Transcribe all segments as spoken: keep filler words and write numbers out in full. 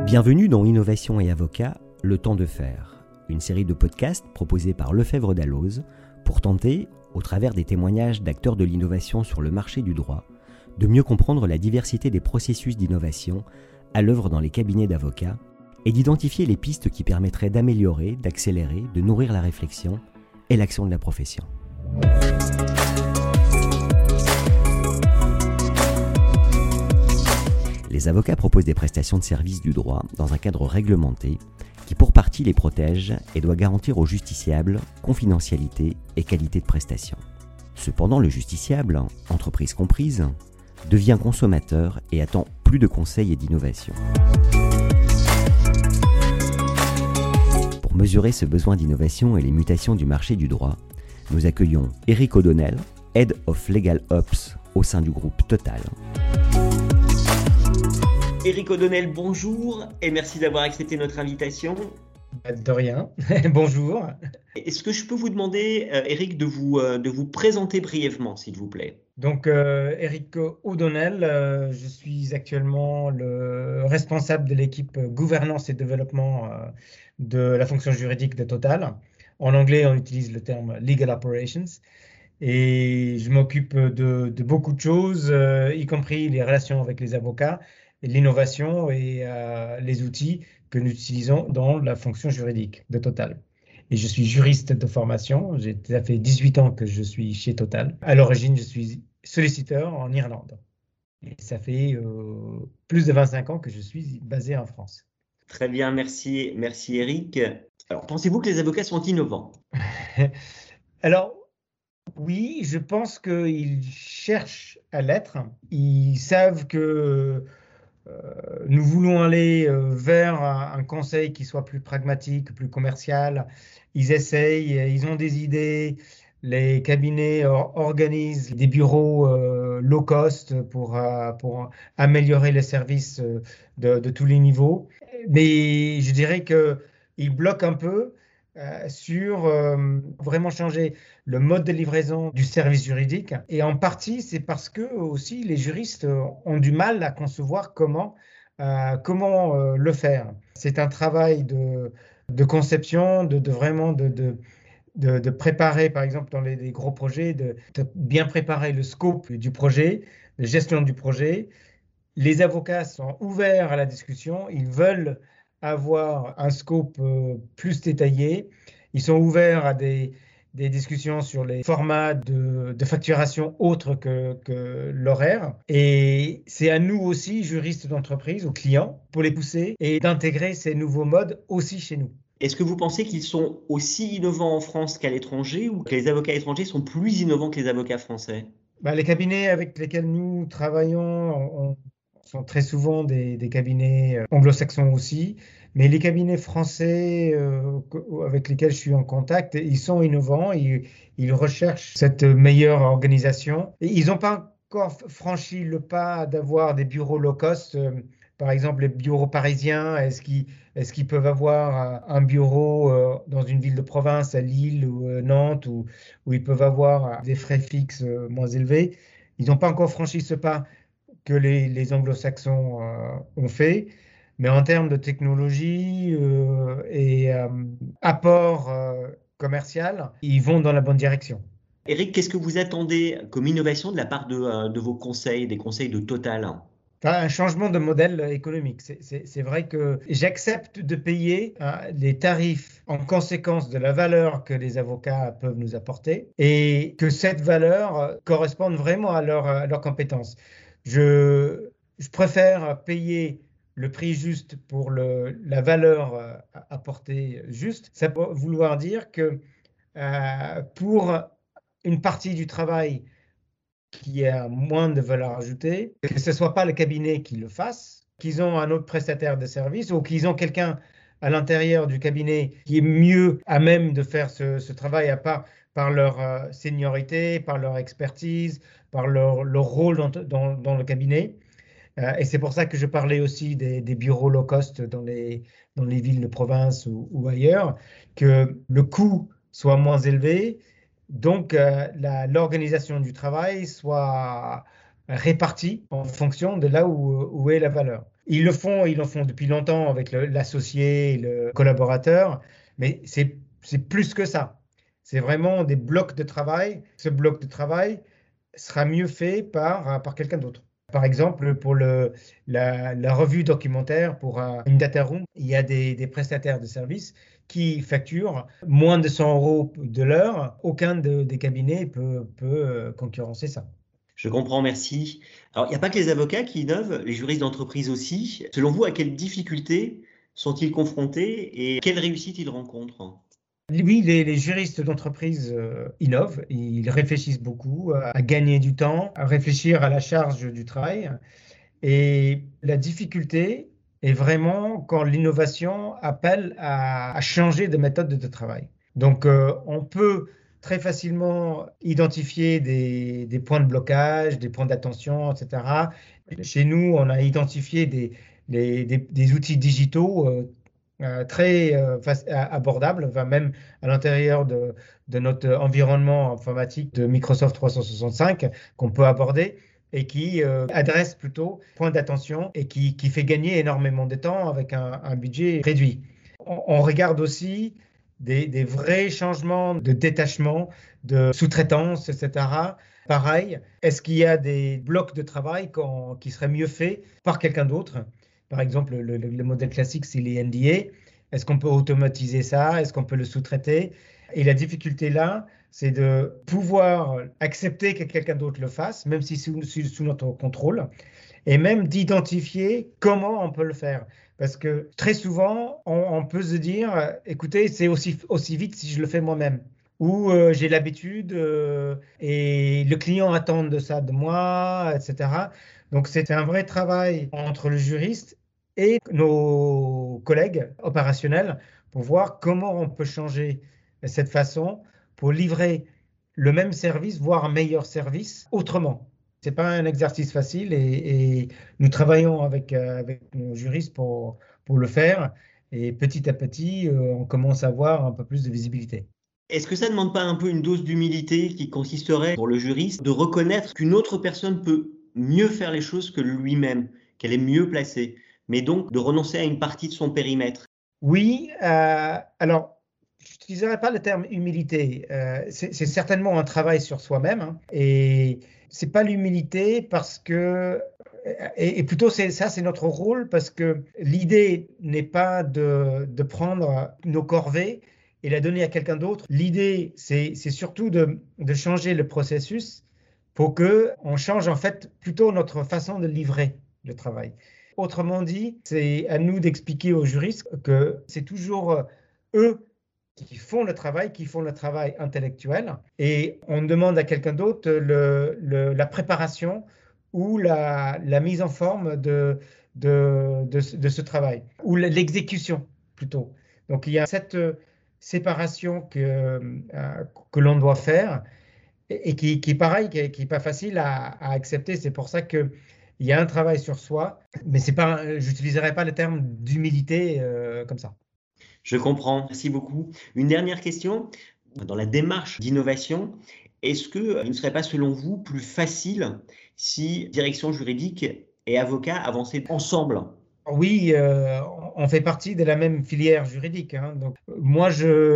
Bienvenue dans Innovation et Avocat, le temps de faire, une série de podcasts proposés par Lefebvre Dalloz pour tenter, au travers des témoignages d'acteurs de l'innovation sur le marché du droit, de mieux comprendre la diversité des processus d'innovation à l'œuvre dans les cabinets d'avocats et d'identifier les pistes qui permettraient d'améliorer, d'accélérer, de nourrir la réflexion et l'action de la profession. Les avocats proposent des prestations de services du droit dans un cadre réglementé qui pour partie les protège et doit garantir aux justiciables confidentialité et qualité de prestation. Cependant, le justiciable, entreprise comprise, devient consommateur et attend plus de conseils et d'innovation. Pour mesurer ce besoin d'innovation et les mutations du marché du droit, nous accueillons Eric O'Donnell, Head of Legal Ops au sein du groupe Total. Eric O'Donnell, bonjour et merci d'avoir accepté notre invitation. De rien, bonjour. Est-ce que je peux vous demander, euh, Eric, de vous, euh, de vous présenter brièvement, s'il vous plaît? Donc, euh, Eric O'Donnell, euh, je suis actuellement le responsable de l'équipe gouvernance et développement euh, de la fonction juridique de Total. En anglais, on utilise le terme Legal Operations. Et je m'occupe de, de beaucoup de choses, euh, y compris les relations avec les avocats, l'innovation et euh, les outils que nous utilisons dans la fonction juridique de Total. Et je suis juriste de formation, j'ai, ça fait dix-huit ans que je suis chez Total. À l'origine, je suis solliciteur en Irlande. Et ça fait euh, plus de vingt-cinq ans que je suis basé en France. Très bien, merci, merci Eric. Alors, pensez-vous que les avocats sont innovants? Alors, oui, je pense qu'ils cherchent à l'être. Ils savent que Euh, nous voulons aller euh, vers un, un conseil qui soit plus pragmatique, plus commercial. Ils essayent, ils ont des idées. Les cabinets or, organisent des bureaux euh, low cost pour, euh, pour améliorer les services euh, de, de tous les niveaux. Mais je dirais qu'ils bloquent un peu euh, sur euh, vraiment changer le mode de livraison du service juridique. Et en partie, c'est parce que aussi les juristes ont du mal à concevoir comment, euh, comment euh, le faire. C'est un travail de, de conception, de, de vraiment de, de, de, de préparer, par exemple, dans les, les gros projets, de, de bien préparer le scope du projet, la gestion du projet. Les avocats sont ouverts à la discussion, ils veulent avoir un scope euh, plus détaillé. Ils sont ouverts à des, des discussions sur les formats de, de facturation autres que, que l'horaire. Et c'est à nous aussi, juristes d'entreprise, aux clients, pour les pousser et d'intégrer ces nouveaux modes aussi chez nous. Est-ce que vous pensez qu'ils sont aussi innovants en France qu'à l'étranger ou que les avocats étrangers sont plus innovants que les avocats français? Bah, les cabinets avec lesquels nous travaillons on, sont très souvent des, des cabinets anglo-saxons aussi, mais les cabinets français euh, avec lesquels je suis en contact, ils sont innovants, ils, ils recherchent cette meilleure organisation. Et ils n'ont pas encore franchi le pas d'avoir des bureaux low cost. Euh, par exemple, les bureaux parisiens, est-ce qu'ils, est-ce qu'ils peuvent avoir un bureau euh, dans une ville de province, à Lille ou euh, Nantes, où, où ils peuvent avoir des frais fixes euh, moins élevés? Ils n'ont pas encore franchi ce pas que les, les anglo-saxons euh, ont fait. Mais en termes de technologie euh, et euh, apport euh, commercial, ils vont dans la bonne direction. Eric, qu'est-ce que vous attendez comme innovation de la part de, euh, de vos conseils, des conseils de Total? Enfin, un changement de modèle économique. C'est, c'est, c'est vrai que j'accepte de payer hein, les tarifs en conséquence de la valeur que les avocats peuvent nous apporter et que cette valeur euh, corresponde vraiment à leurs à leurs compétences. Je, je préfère payer le prix juste pour le, la valeur euh, apportée juste. Ça peut vouloir dire que euh, pour une partie du travail qui a moins de valeur ajoutée, que ce ne soit pas le cabinet qui le fasse, qu'ils ont un autre prestataire de service ou qu'ils ont quelqu'un à l'intérieur du cabinet qui est mieux à même de faire ce, ce travail à part par leur euh, seniorité, par leur expertise, par leur, leur rôle dans, dans, dans le cabinet. Euh, et c'est pour ça que je parlais aussi des, des bureaux low cost dans les, dans les villes de province ou, ou ailleurs, que le coût soit moins élevé, donc euh, la, l'organisation du travail soit répartie en fonction de là où, où est la valeur. Ils le font, ils le font depuis longtemps avec le- l'associé, le collaborateur, mais c'est c'est plus que ça. C'est vraiment des blocs de travail. Ce bloc de travail sera mieux fait par, par quelqu'un d'autre. Par exemple, pour le, la, la revue documentaire, pour un- une data room, il y a des, des prestataires de services qui facturent moins de cent euros de l'heure. Aucun de- des cabinets peut, peut euh, concurrencer ça. Je comprends, merci. Alors, il n'y a pas que les avocats qui innovent, les juristes d'entreprise aussi. Selon vous, à quelles difficultés sont-ils confrontés et quelles réussites ils rencontrent? Oui, les, les juristes d'entreprise euh, innovent, ils réfléchissent beaucoup à, à gagner du temps, à réfléchir à la charge du travail. Et la difficulté est vraiment quand l'innovation appelle à, à changer de méthode de travail. Donc, euh, on peut très facilement identifier des, des points de blocage, des points d'attention, et cetera. Chez nous, on a identifié des, les- des- des outils digitaux euh, euh, très euh, fac- a- abordables, enfin, même à l'intérieur de, de notre environnement informatique de Microsoft trois cent soixante-cinq qu'on peut aborder et qui euh, adresse plutôt point d'attention et qui, qui fait gagner énormément de temps avec un, un budget réduit. On, on regarde aussi des, des vrais changements de détachement, de sous-traitance, et cetera. Pareil, est-ce qu'il y a des blocs de travail qu'on- qui seraient mieux faits par quelqu'un d'autre? Par exemple, le, le- le modèle classique, c'est les N D A. Est-ce qu'on peut automatiser ça? Est-ce qu'on peut le sous-traiter? Et la difficulté là, c'est de pouvoir accepter que quelqu'un d'autre le fasse, même si c'est sous, sous notre contrôle, et même d'identifier comment on peut le faire. Parce que très souvent, on, on peut se dire, euh, écoutez, c'est aussi, aussi vite si je le fais moi-même. Ou euh, j'ai l'habitude euh, et le client attend de ça de moi, et cetera. Donc c'est un vrai travail entre le juriste et nos collègues opérationnels pour voir comment on peut changer cette façon pour livrer le même service, voire un meilleur service autrement. C'est pas un exercice facile et, et nous travaillons avec, euh, avec nos juristes pour, pour le faire. Et petit à petit, euh, on commence à avoir un peu plus de visibilité. Est-ce que ça ne demande pas un peu une dose d'humilité qui consisterait pour le juriste de reconnaître qu'une autre personne peut mieux faire les choses que lui-même, qu'elle est mieux placée, mais donc de renoncer à une partie de son périmètre? Oui, euh, alors, je n'utiliserai pas le terme humilité. Euh, c'est c'est certainement un travail sur soi-même, hein, et c'est pas l'humilité parce que, et, et plutôt c'est ça, c'est notre rôle parce que l'idée n'est pas de, de prendre nos corvées et la donner à quelqu'un d'autre. L'idée, c'est c'est surtout de, de changer le processus pour que on change en fait plutôt notre façon de livrer le travail. Autrement dit, c'est à nous d'expliquer aux juristes que c'est toujours euh, eux qui font le travail, qui font le travail intellectuel, et on demande à quelqu'un d'autre le- le- la préparation ou la, la mise en forme de, de, de ce de ce travail, ou l'exécution plutôt. Donc il y a cette euh, séparation que, euh, que l'on doit faire et, et qui, qui est pareil, qui n'est pas facile à, à accepter. C'est pour ça que il y a un travail sur soi, mais c'est pas, j'utiliserai pas le terme d'humilité euh, comme ça. Je comprends, merci beaucoup. Une dernière question. Dans la démarche d'innovation, est-ce que il ne serait pas, selon vous, plus facile si direction juridique et avocat avançaient ensemble? Oui, euh, on fait partie de la même filière juridique, hein. Donc, moi,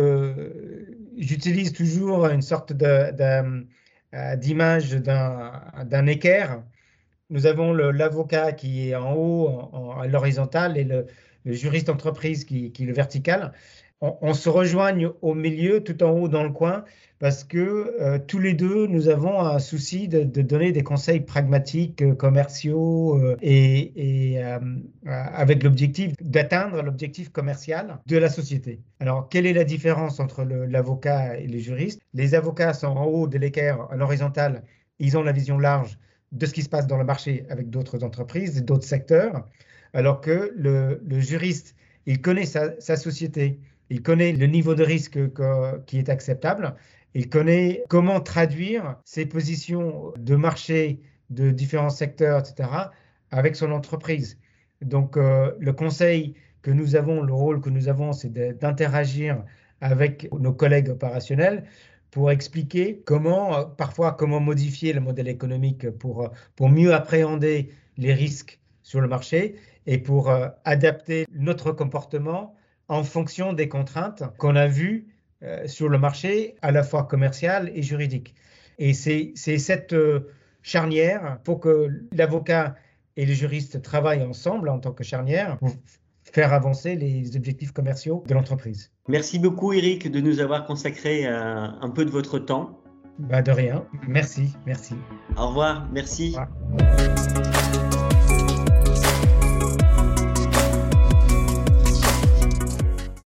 je, j'utilise toujours une sorte de, de, euh, d'image d'un, d'un équerre. Nous avons le- l'avocat qui est en haut, en- en- à l'horizontale, et le, le juriste d'entreprise qui, qui est le vertical. On, on se rejoigne au milieu, tout en haut dans le coin, parce que euh, tous les deux, nous avons un souci de, de donner des conseils pragmatiques, euh, commerciaux, euh, et, et, euh, euh, avec l'objectif d'atteindre l'objectif commercial de la société. Alors, quelle est la différence entre le- l'avocat et les juristes? Les avocats sont en haut de l'équerre, à l'horizontale, ils ont la vision large de ce qui se passe dans le marché avec d'autres entreprises, d'autres secteurs, alors que le, le juriste, il connaît sa, sa, société, il connaît le niveau de risque que, qui est acceptable, il connaît comment traduire ses positions de marché de différents secteurs, et cetera, avec son entreprise. Donc, euh, le conseil que nous avons, le rôle que nous avons, c'est d'interagir avec nos collègues opérationnels pour expliquer comment, euh, parfois, comment modifier le modèle économique pour, euh, pour mieux appréhender les risques sur le marché et pour euh, adapter notre comportement en fonction des contraintes qu'on a vues euh, sur le marché, à la fois commercial et juridique. Et c'est, c'est cette euh, charnière pour que l'avocat et le juriste travaillent ensemble en tant que charnière pour faire avancer les objectifs commerciaux de l'entreprise. Merci beaucoup Eric de nous avoir consacré euh, un peu de votre temps. Bah de rien. Merci, merci. Au revoir, merci. Au revoir.